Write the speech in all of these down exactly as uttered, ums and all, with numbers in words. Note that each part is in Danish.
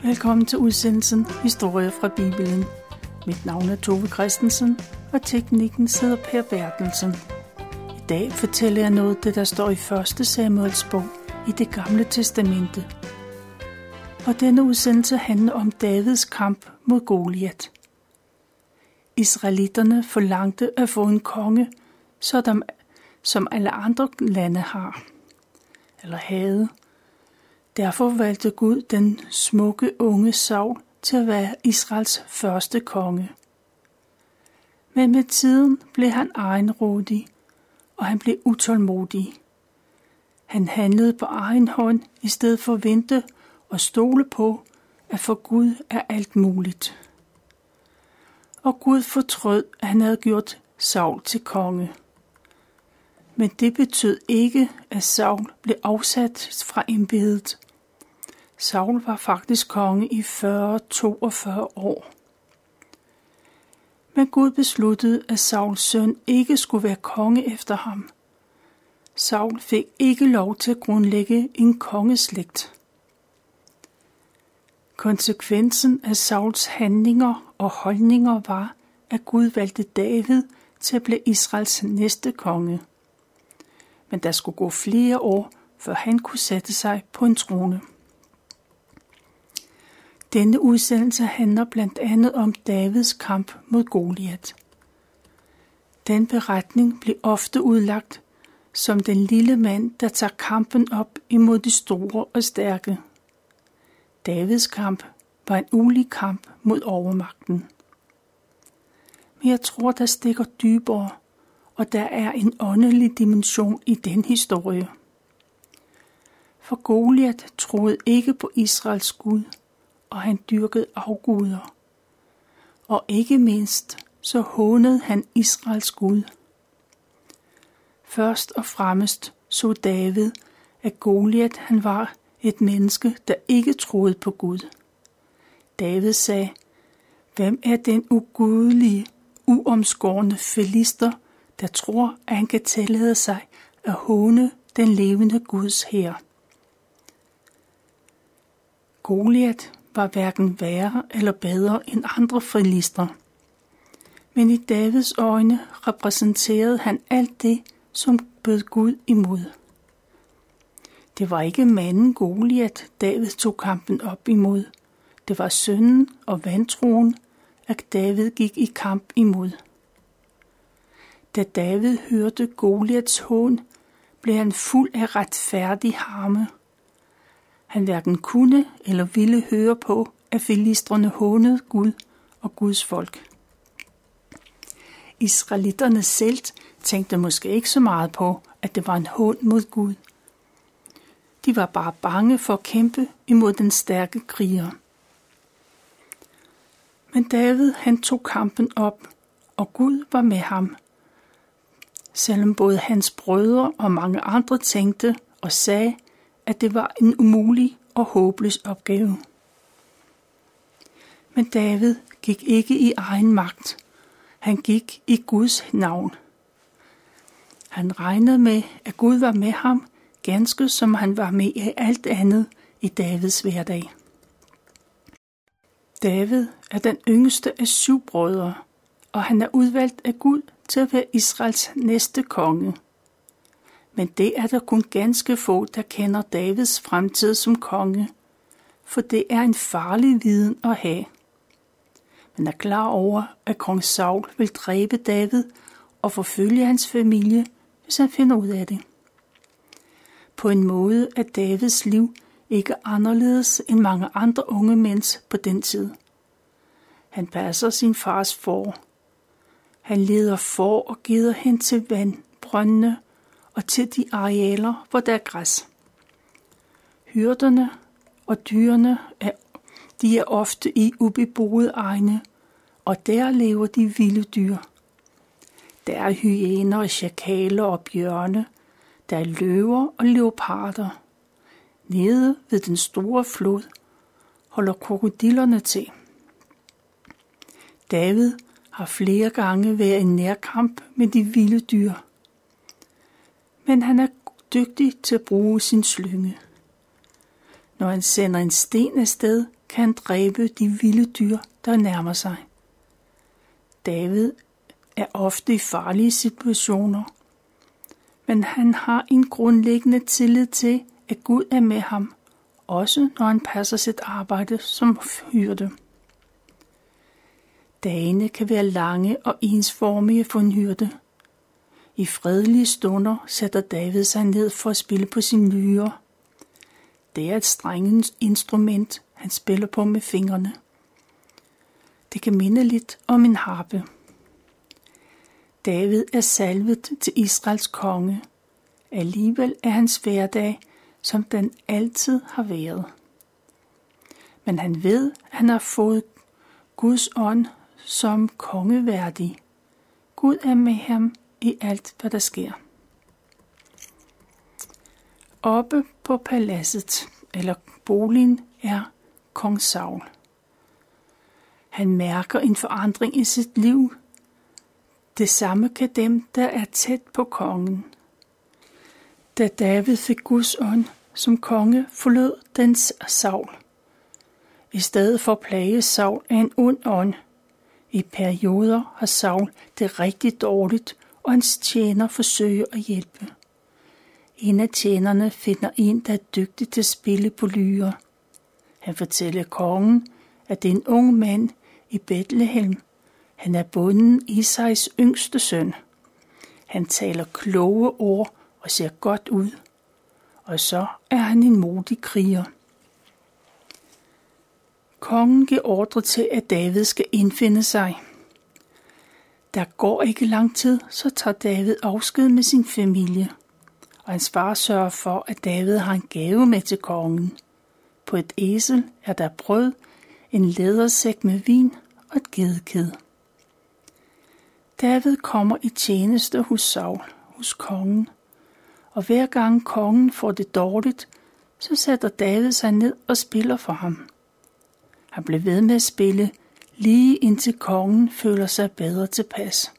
Velkommen til udsendelsen Historie fra Bibelen. Mit navn er Tove Christensen, og teknikken sidder Per Bertelsen. I dag fortæller jeg noget, det der står i første Samuels bog i Det Gamle Testamente. Og denne udsendelse handler om Davids kamp mod Goliat. Israelitterne forlangte at få en konge, sådan som alle andre lande har, eller havde. Derfor valgte Gud den smukke unge Saul til at være Israels første konge. Men med tiden blev han egenrådig, og han blev utålmodig. Han handlede på egen hånd i stedet for at vente og stole på, at for Gud er alt muligt. Og Gud fortrød, at han havde gjort Saul til konge. Men det betød ikke, at Saul blev afsat fra embedet. Saul var faktisk konge i fyrre til toogfyrre år. Men Gud besluttede, at Sauls søn ikke skulle være konge efter ham. Saul fik ikke lov til at grundlægge en kongeslægt. Konsekvensen af Sauls handlinger og holdninger var, at Gud valgte David til at blive Israels næste konge. Men der skulle gå flere år, før han kunne sætte sig på en trone. Denne udsendelse handler blandt andet om Davids kamp mod Goliat. Den beretning blev ofte udlagt som den lille mand, der tager kampen op imod de store og stærke. Davids kamp var en ulig kamp mod overmagten. Men jeg tror, der stikker dybere, og der er en åndelig dimension i den historie. For Goliat troede ikke på Israels Gud, og han dyrkede afguder. Og ikke mindst, så hånede han Israels Gud. Først og fremmest så David, at Goliat han var et menneske, der ikke troede på Gud. David sagde, hvem er den ugudelige, uomskårne filister, der tror, at han kan tillade sig at håne den levende Guds hær? Goliat var hverken værre eller bedre end andre filister. Men i Davids øjne repræsenterede han alt det, som bød Gud imod. Det var ikke manden Goliat, David tog kampen op imod. Det var synden og vantroen, at David gik i kamp imod. Da David hørte Goliats hån, blev han fuld af retfærdig harme. Han hverken kunne eller ville høre på, at filistrene hånede Gud og Guds folk. Israelitterne selv tænkte måske ikke så meget på, at det var en hån mod Gud. De var bare bange for at kæmpe imod den stærke kriger. Men David, han tog kampen op, og Gud var med ham. Selvom både hans brødre og mange andre tænkte og sagde, at det var en umulig og håbløs opgave. Men David gik ikke i egen magt. Han gik i Guds navn. Han regnede med, at Gud var med ham, ganske som han var med i alt andet i Davids hverdag. David er den yngste af syv brødre, og han er udvalgt af Gud til at være Israels næste konge. Men det er der kun ganske få, der kender Davids fremtid som konge, for det er en farlig viden at have. Man er klar over, at kong Saul vil dræbe David og forfølge hans familie, hvis han finder ud af det. På en måde er Davids liv ikke anderledes end mange andre unge mænds på den tid. Han passer sin fars får. Han leder får og geder hen til vandbrøndene og til de arealer, hvor der er græs. Hyrderne og dyrene er, de er ofte i ubeboede egne, og der lever de vilde dyr. Der er hyæner og sjakaler og bjørne, der er løver og leoparder. Nede ved den store flod holder krokodillerne til. David har flere gange været i nærkamp med de vilde dyr. Men han er dygtig til at bruge sin slynge. Når han sender en sten afsted, kan han dræbe de vilde dyr, der nærmer sig. David er ofte i farlige situationer, men han har en grundlæggende tillid til, at Gud er med ham, også når han passer sit arbejde som hyrde. Dagene kan være lange og ensformige for en hyrde. I fredelige stunder sætter David sig ned for at spille på sin lyre. Det er et strengt instrument, han spiller på med fingrene. Det kan minde lidt om en harpe. David er salvet til Israels konge. Alligevel er hans hverdag, som den altid har været. Men han ved, at han har fået Guds ånd som kongeværdig. Gud er med ham i alt, hvad der sker. Oppe på paladset, eller boligen, er kong Saul. Han mærker en forandring i sit liv. Det samme kan dem, der er tæt på kongen. Da David fik Guds ånd som konge, forlod den Saul. I stedet for at plage Saul af en ond ånd. I perioder har Saul det rigtig dårligt, og hans tjener forsøger at hjælpe. En af tjenerne finder en, der er dygtig til at spille på lyre. Han fortæller kongen, at det er en ung mand i Bethlehem. Han er bonden Isais yngste søn. Han taler kloge ord og ser godt ud. Og så er han en modig kriger. Kongen giver ordre til, at David skal indfinde sig. Der går ikke lang tid, så tager David afsked med sin familie. Og hans far sørger for, at David har en gave med til kongen. På et æsel er der brød, en lædersæk med vin og et gedekæde. David kommer i tjeneste hos Saul, hos kongen. Og hver gang kongen får det dårligt, så sætter David sig ned og spiller for ham. Han blev ved med at spille, lige indtil kongen føler sig bedre tilpas.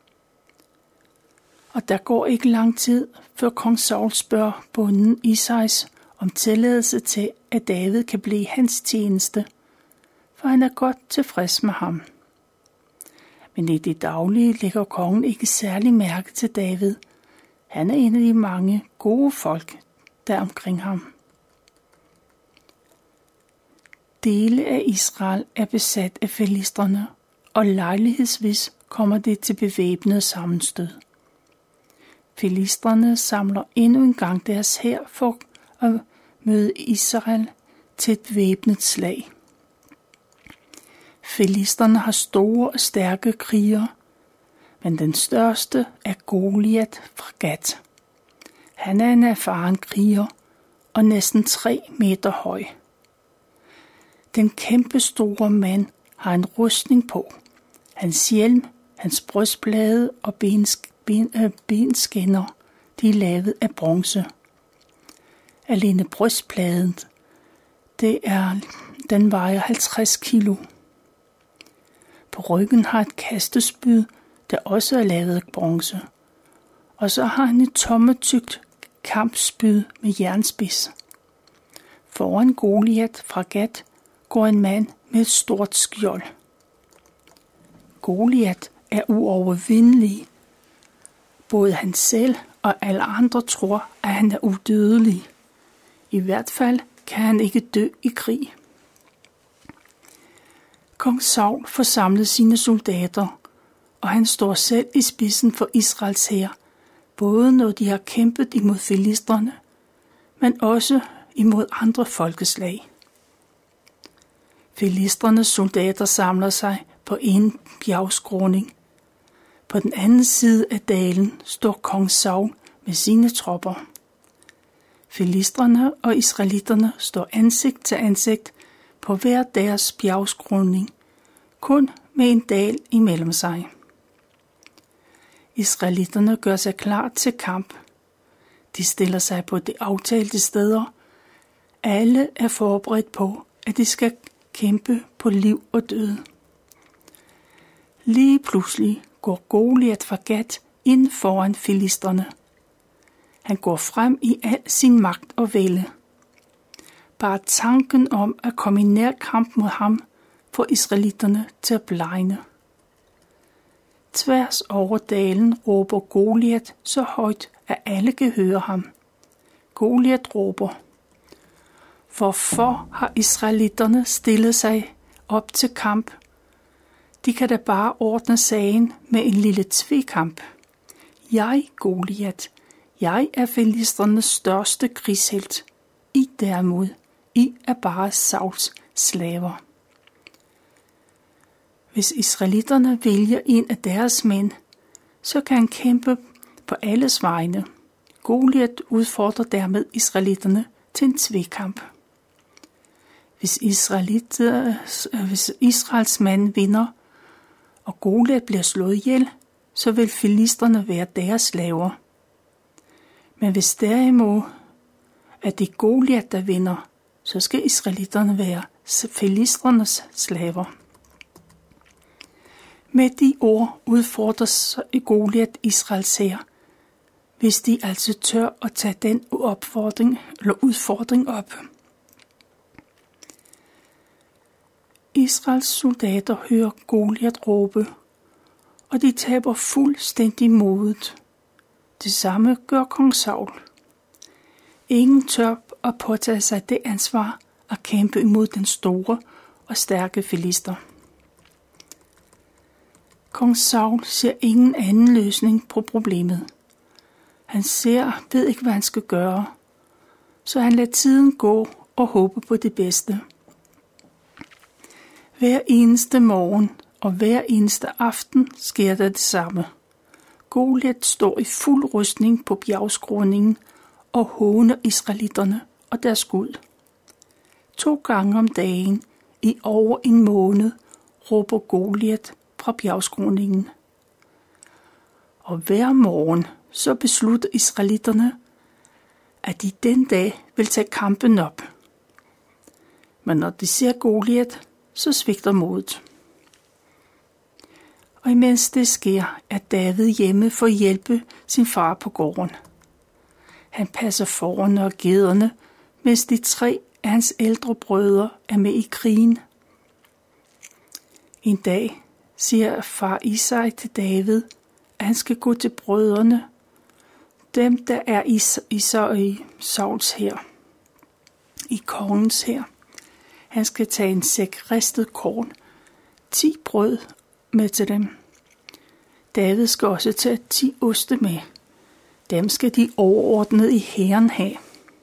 Og der går ikke lang tid, før kong Saul spørger bonden Isais om tilladelse til, at David kan blive hans tjeneste, for han er godt tilfreds med ham. Men i det daglige lægger kongen ikke særlig mærke til David. Han er en af de mange gode folk, der er omkring ham. Dele af Israel er besat af filistrene, og lejlighedsvis kommer det til bevæbnet sammenstød. Filistrene samler endnu en gang deres hær for at møde Israel til et væbnet slag. Filistrene har store og stærke krigere, men den største er Goliat fra Gat. Han er en erfaren kriger og næsten tre meter høj. Den kæmpe store mand har en rustning på. Hans hjelm, hans brystplade og bensk, ben, øh, benskinner, de er lavet af bronze. Alene brystpladen, det er, den vejer halvtreds kilo. På ryggen har et kastespyd, der også er lavet af bronze. Og så har han et tommetykt kampspyd med jernspids. Foran Goliat fra Gat går en mand med et stort skjold. Goliat er uovervindelig. Både han selv og alle andre tror, at han er udødelig. I hvert fald kan han ikke dø i krig. Kong Saul får samlet sine soldater, og han står selv i spidsen for Israels hær, både når de har kæmpet imod filistrene, men også imod andre folkeslag. Filistrenes soldater samler sig på en bjergskråning. På den anden side af dalen står kong Saul med sine tropper. Filistrene og israelitterne står ansigt til ansigt på hver deres bjergskråning, kun med en dal imellem sig. Israelitterne gør sig klar til kamp. De stiller sig på de aftalte steder. Alle er forberedt på, at de skal kæmpe på liv og død. Lige pludselig går Goliat fra Gat ind foran filistrene. Han går frem i al sin magt og vælde. Bare tanken om at komme i nær kamp mod ham får israelitterne til at blegne. Tværs over dalen råber Goliat så højt, at alle kan høre ham. Goliat råber: Hvorfor har israelitterne stillet sig op til kamp? De kan da bare ordne sagen med en lille tvekamp. Jeg, Goliat, jeg er filistrenes største krigshelt. I derimod, I er bare Sauls slaver. Hvis israelitterne vælger en af deres mænd, så kan han kæmpe på alles vegne. Goliat udfordrer dermed israelitterne til en tvekamp. Hvis, hvis Israels mand vinder, og Goliat bliver slået ihjel, så vil filistrene være deres slaver. Men hvis derimod at det er Goliat, der vinder, så skal israelitterne være filistrenes slaver. Med de ord udfordres Goliat Israels hær, hvis de altså tør at tage den opfordring eller udfordring op. Israels soldater hører Goliat råbe, og de taber fuldstændig modet. Det samme gør kong Saul. Ingen tør at påtage sig det ansvar at kæmpe imod den store og stærke filister. Kong Saul ser ingen anden løsning på problemet. Han ser, ved ikke, hvad han skal gøre, så han lader tiden gå og håber på det bedste. Hver eneste morgen og hver eneste aften sker der det samme. Goliat står i fuld rustning på bjergskråningen og håner israelitterne og deres Gud. To gange om dagen i over en måned råber Goliat fra bjergskråningen. Og hver morgen så beslutter israelitterne, at de den dag vil tage kampen op. Men når de ser Goliat, så svigter modet. Og imens det sker, er David hjemme for at hjælpe sin far på gården. Han passer fårene og gederne, mens de tre af hans ældre brødre er med i krigen. En dag siger far Isai til David, at han skal gå til brødrene, dem der er i, i, i Sauls hær, i kongens hær. Han skal tage en sæk ristet korn, ti brød med til dem. David skal også tage ti oste med. Dem skal de overordnede i hæren have.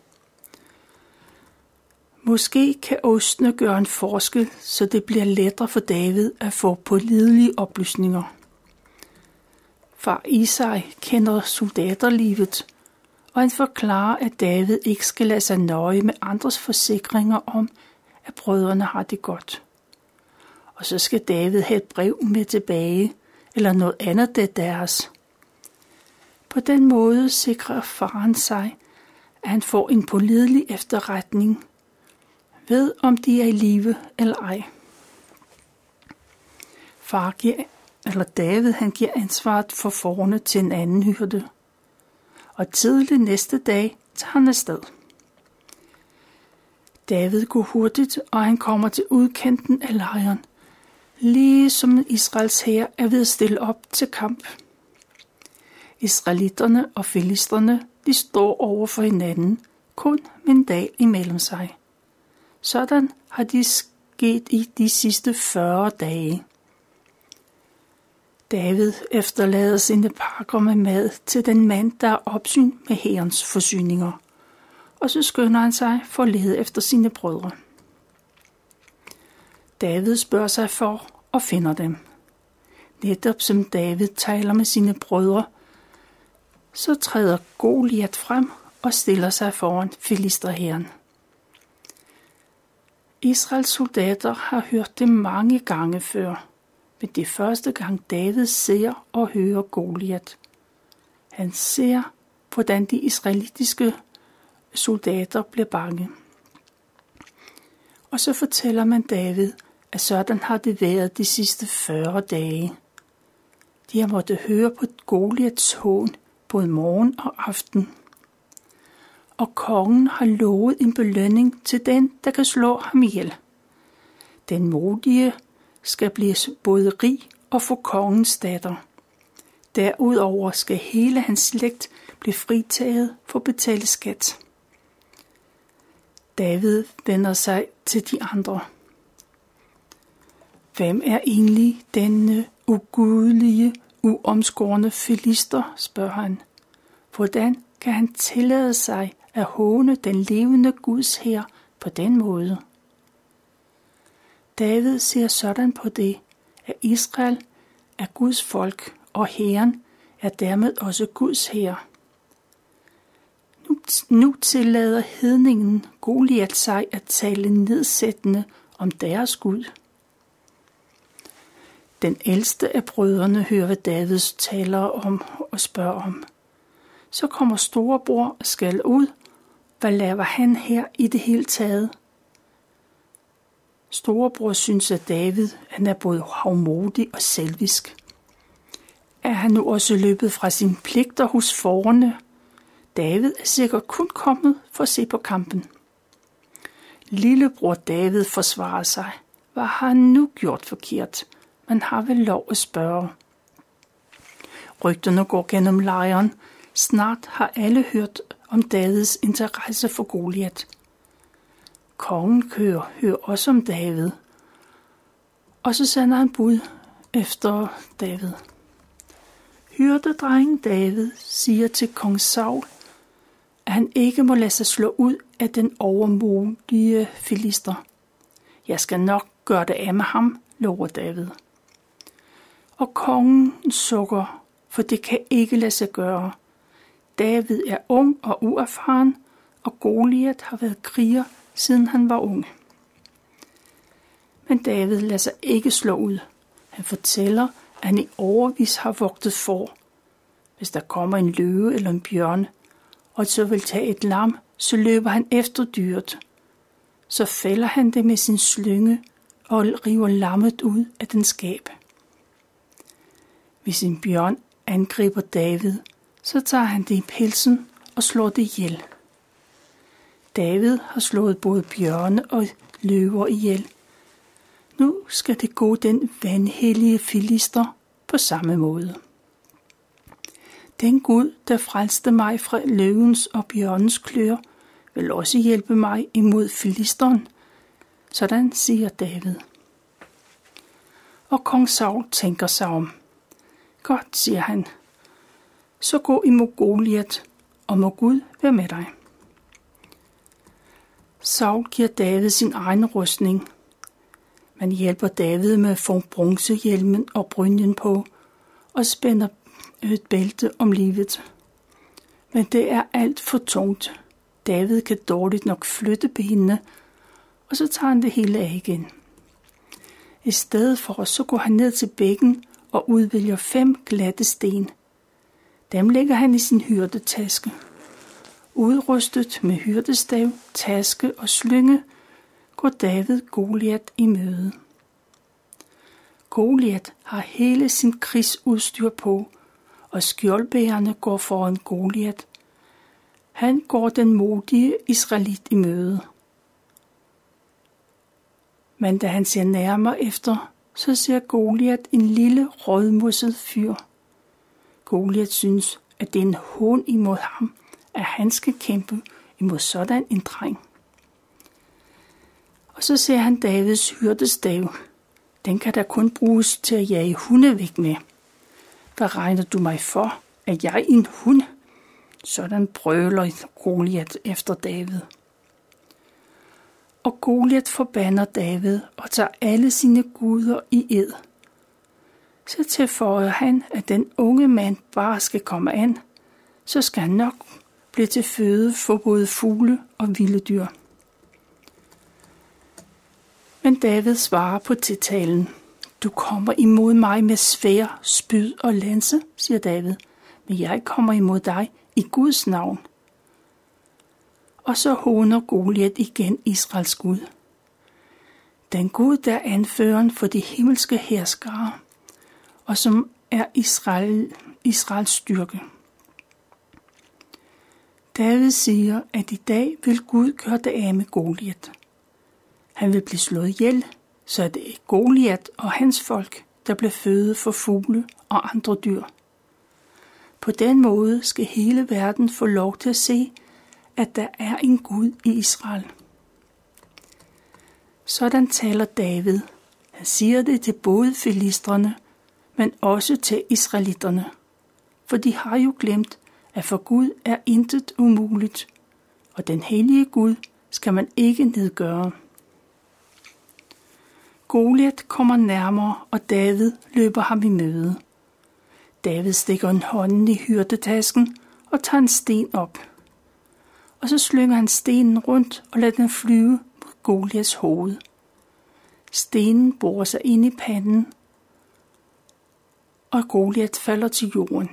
Måske kan ostene gøre en forskel, så det bliver lettere for David at få pålidelige oplysninger. Far Isai kender soldaterlivet, og han forklarer, at David ikke skal lade sig nøje med andres forsikringer om, at brødrene har det godt. Og så skal David have et brev med tilbage, eller noget andet det deres. På den måde sikrer faren sig, at han får en pålidelig efterretning, ved om de er i live eller ej. Far giver, eller David, han giver ansvaret for fårene til en anden hyrde. Og tidlig næste dag tager han afsted. David går hurtigt, og han kommer til udkanten af lejren, lige som Israels hær er ved at stille op til kamp. Israelitterne og filistrene, de står over for hinanden, kun med en dal imellem sig. Sådan har det sket i de sidste fyrre dage. David efterlader sine pakker med mad til den mand, der er opsyn med hærens forsyninger, og så skynder han sig for at lede efter sine brødre. David spørger sig for og finder dem. Netop som David taler med sine brødre, så træder Goliat frem og stiller sig foran filisterhæren. Israels soldater har hørt det mange gange før, men det er første gang David ser og hører Goliat. Han ser, hvordan de israelitiske soldater bliver bange. Og så fortæller man David, at sådan har det været de sidste fyrre dage. De har måttet høre på Goliats hån både morgen og aften. og kongen har lovet en belønning til den, der kan slå ham ihjel. Den modige skal blive både rig og få kongens datter. Derudover skal hele hans slægt blive fritaget for at betale skat. David vender sig til de andre. Hvem er egentlig denne ugudelige, uomskårne filister, spørger han. Hvordan kan han tillade sig at håne den levende Guds hær på den måde? David ser sådan på det, at Israel er Guds folk, og hæren er dermed også Guds hær. Nu, nu tillader hedningen Goliat sig at tale nedsættende om deres Gud. Den ældste af brødrene hører, hvad Davids taler om og spørger om. Så kommer storebror og skal ud. Hvad laver han her i det hele taget? Storebror synes, at David han er både havmodig og selvisk. Er han nu også løbet fra sine pligter hos forerne? David er sikkert kun kommet for at se på kampen. Lillebror David forsvarer sig. Hvad har han nu gjort forkert? Man har vel lov at spørge. Rygterne går gennem lejren. Snart har alle hørt om Davids interesse for Goliat. Kongen kører, hører også om David. Og så sender han bud efter David. Hyrdedrengen David siger til kong Saul, at han ikke må lade sig slå ud af den overmodige filister. Jeg skal nok gøre det af med ham, lover David. Og kongen sukker, for det kan ikke lade sig gøre. David er ung og uerfaren, og Goliat har været kriger, siden han var ung. Men David lader sig ikke slå ud. Han fortæller, at han i årevis har vogtet får. Hvis der kommer en løve eller en bjørn, og så vil tage et lam, så løber han efter dyret. Så fælder han det med sin slynge og river lammet ud af den skab. Hvis en bjørn angriber David, så tager han det i pelsen og slår det ihjel. David har slået både bjørne og løver ihjel. Nu skal det gå den vanhellige filister på samme måde. Den Gud, der frelste mig fra løvens og bjørnens klør, vil også hjælpe mig imod filisteren. Sådan siger David. Og kong Saul tænker sig om. Godt, siger han. Så gå imod Goliat, og må Gud være med dig. Saul giver David sin egen rustning. Man hjælper David med at få bronzehjelmen og brynjen på, og spænder et bælte om livet. Men det er alt for tungt. David kan dårligt nok flytte benene, og så tager han det hele af igen. I stedet for, så går han ned til bækken og udvælger fem glatte sten. Dem lægger han i sin hyrdetaske. Udrustet med hyrdestav, taske og slynge, går David Goliat i møde. Goliat har hele sin krigsudstyr på, og skjoldbærerne går foran Goliat. Han går den modige israelit i møde. Men da han ser nærmere efter, så ser Goliat en lille rødmosset fyr. Goliat synes, at det er en hån imod ham, at han skal kæmpe imod sådan en dreng. Og så ser han Davids hyrdestav. Den kan da kun bruges til at jage hunde væk med. Hvad regner du mig for, at jeg er en hund? Sådan brøler Goliat efter David. Og Goliat forbander David og tager alle sine guder i ed. Så tilføjer han, at den unge mand bare skal komme an, så skal han nok blive til føde for både fugle og vilde dyr. Men David svarer på tiltalen. Du kommer imod mig med sværd, spyd og lanse, siger David, men jeg kommer imod dig i Guds navn. Og så håner Goliat igen Israels Gud. Den Gud, der er anføreren for de himmelske herskere, og som er Israel, Israels styrke. David siger, at i dag vil Gud gøre det af med Goliat. Han vil blive slået ihjel, så det er Goliat og hans folk, der bliver føde for fugle og andre dyr. På den måde skal hele verden få lov til at se, at der er en Gud i Israel. Sådan taler David. Han siger det til både filistrene, men også til israelitterne. For de har jo glemt, at for Gud er intet umuligt, og den hellige Gud skal man ikke nedgøre. Goliat kommer nærmere, og David løber ham i møde. David stikker en hånden i hyrdetasken og tager en sten op. Og så slynger han stenen rundt og lader den flyve mod Goliats hoved. Stenen borer sig ind i panden, og Goliat falder til jorden.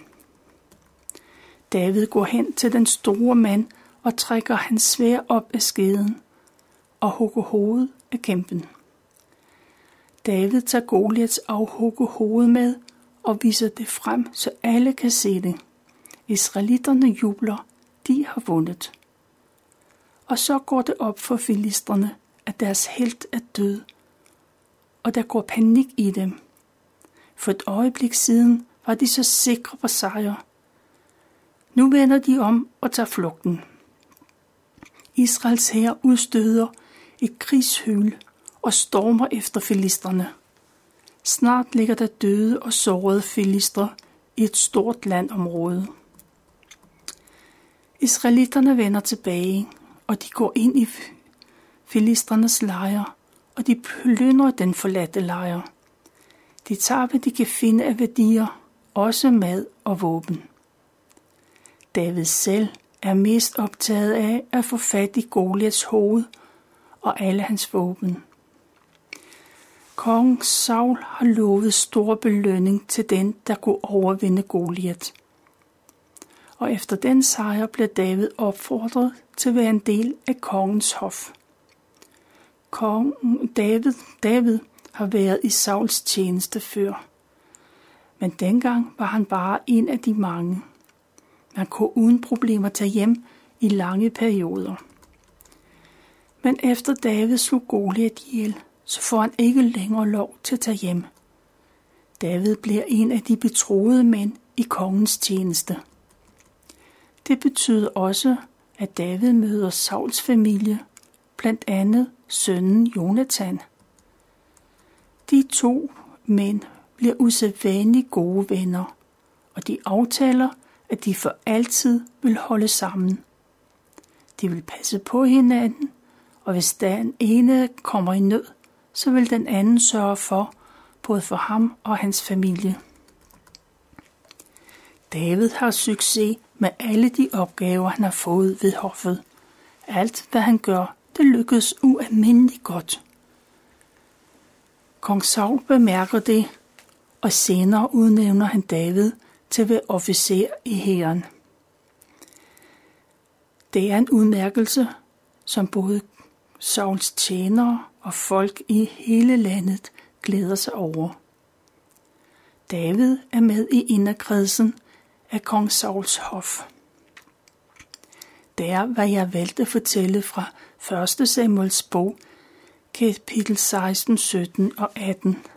David går hen til den store mand og trækker hans sværd op af skeden og hugger hovedet af kæmpen. David tager Goliats afhugge hoved med og viser det frem, så alle kan se det. Israelitterne jubler, de har vundet. Og så går det op for filistrene, at deres helt er død, og der går panik i dem. For et øjeblik siden var de så sikre på sejr. Nu vender de om og tager flugten. Israels hær udstøder et krigshyl og stormer efter filistrene. Snart ligger der døde og sårede filistre i et stort landområde. Israelitterne vender tilbage, og de går ind i filistrenes lejr, og de plyndrer den forladte lejr. De tager, hvad de kan finde af værdier, også mad og våben. David selv er mest optaget af at få fat i Goliats hoved og alle hans våben. Kongen Saul har lovet stor belønning til den, der kunne overvinde Goliat. Og efter den sejr blev David opfordret til at være en del af kongens hof. Kongen David, David har været i Sauls tjeneste før, men dengang var han bare en af de mange. Man kunne uden problemer tage hjem i lange perioder. Men efter David slog Goliat ihjel, så får han ikke længere lov til at tage hjem. David bliver en af de betroede mænd i kongens tjeneste. Det betyder også, at David møder Sauls familie, blandt andet sønnen Jonathan. De to mænd bliver usædvanligt gode venner, og de aftaler, at de for altid vil holde sammen. De vil passe på hinanden, og hvis den ene kommer i nød, så vil den anden sørge for, både for ham og hans familie. David har succes med alle de opgaver, han har fået ved hoffet. Alt, hvad han gør, det lykkes ualmindeligt godt. Kong Saul bemærker det, og senere udnævner han David til at være officer i hæren. Det er en udmærkelse, som både Sauls tjenere og folk i hele landet glæder sig over. David er med i inderkredsen af kong Sauls hof. Det er, hvad jeg valgte at fortælle fra første Samuels bog, kapitel seksten, sytten og atten.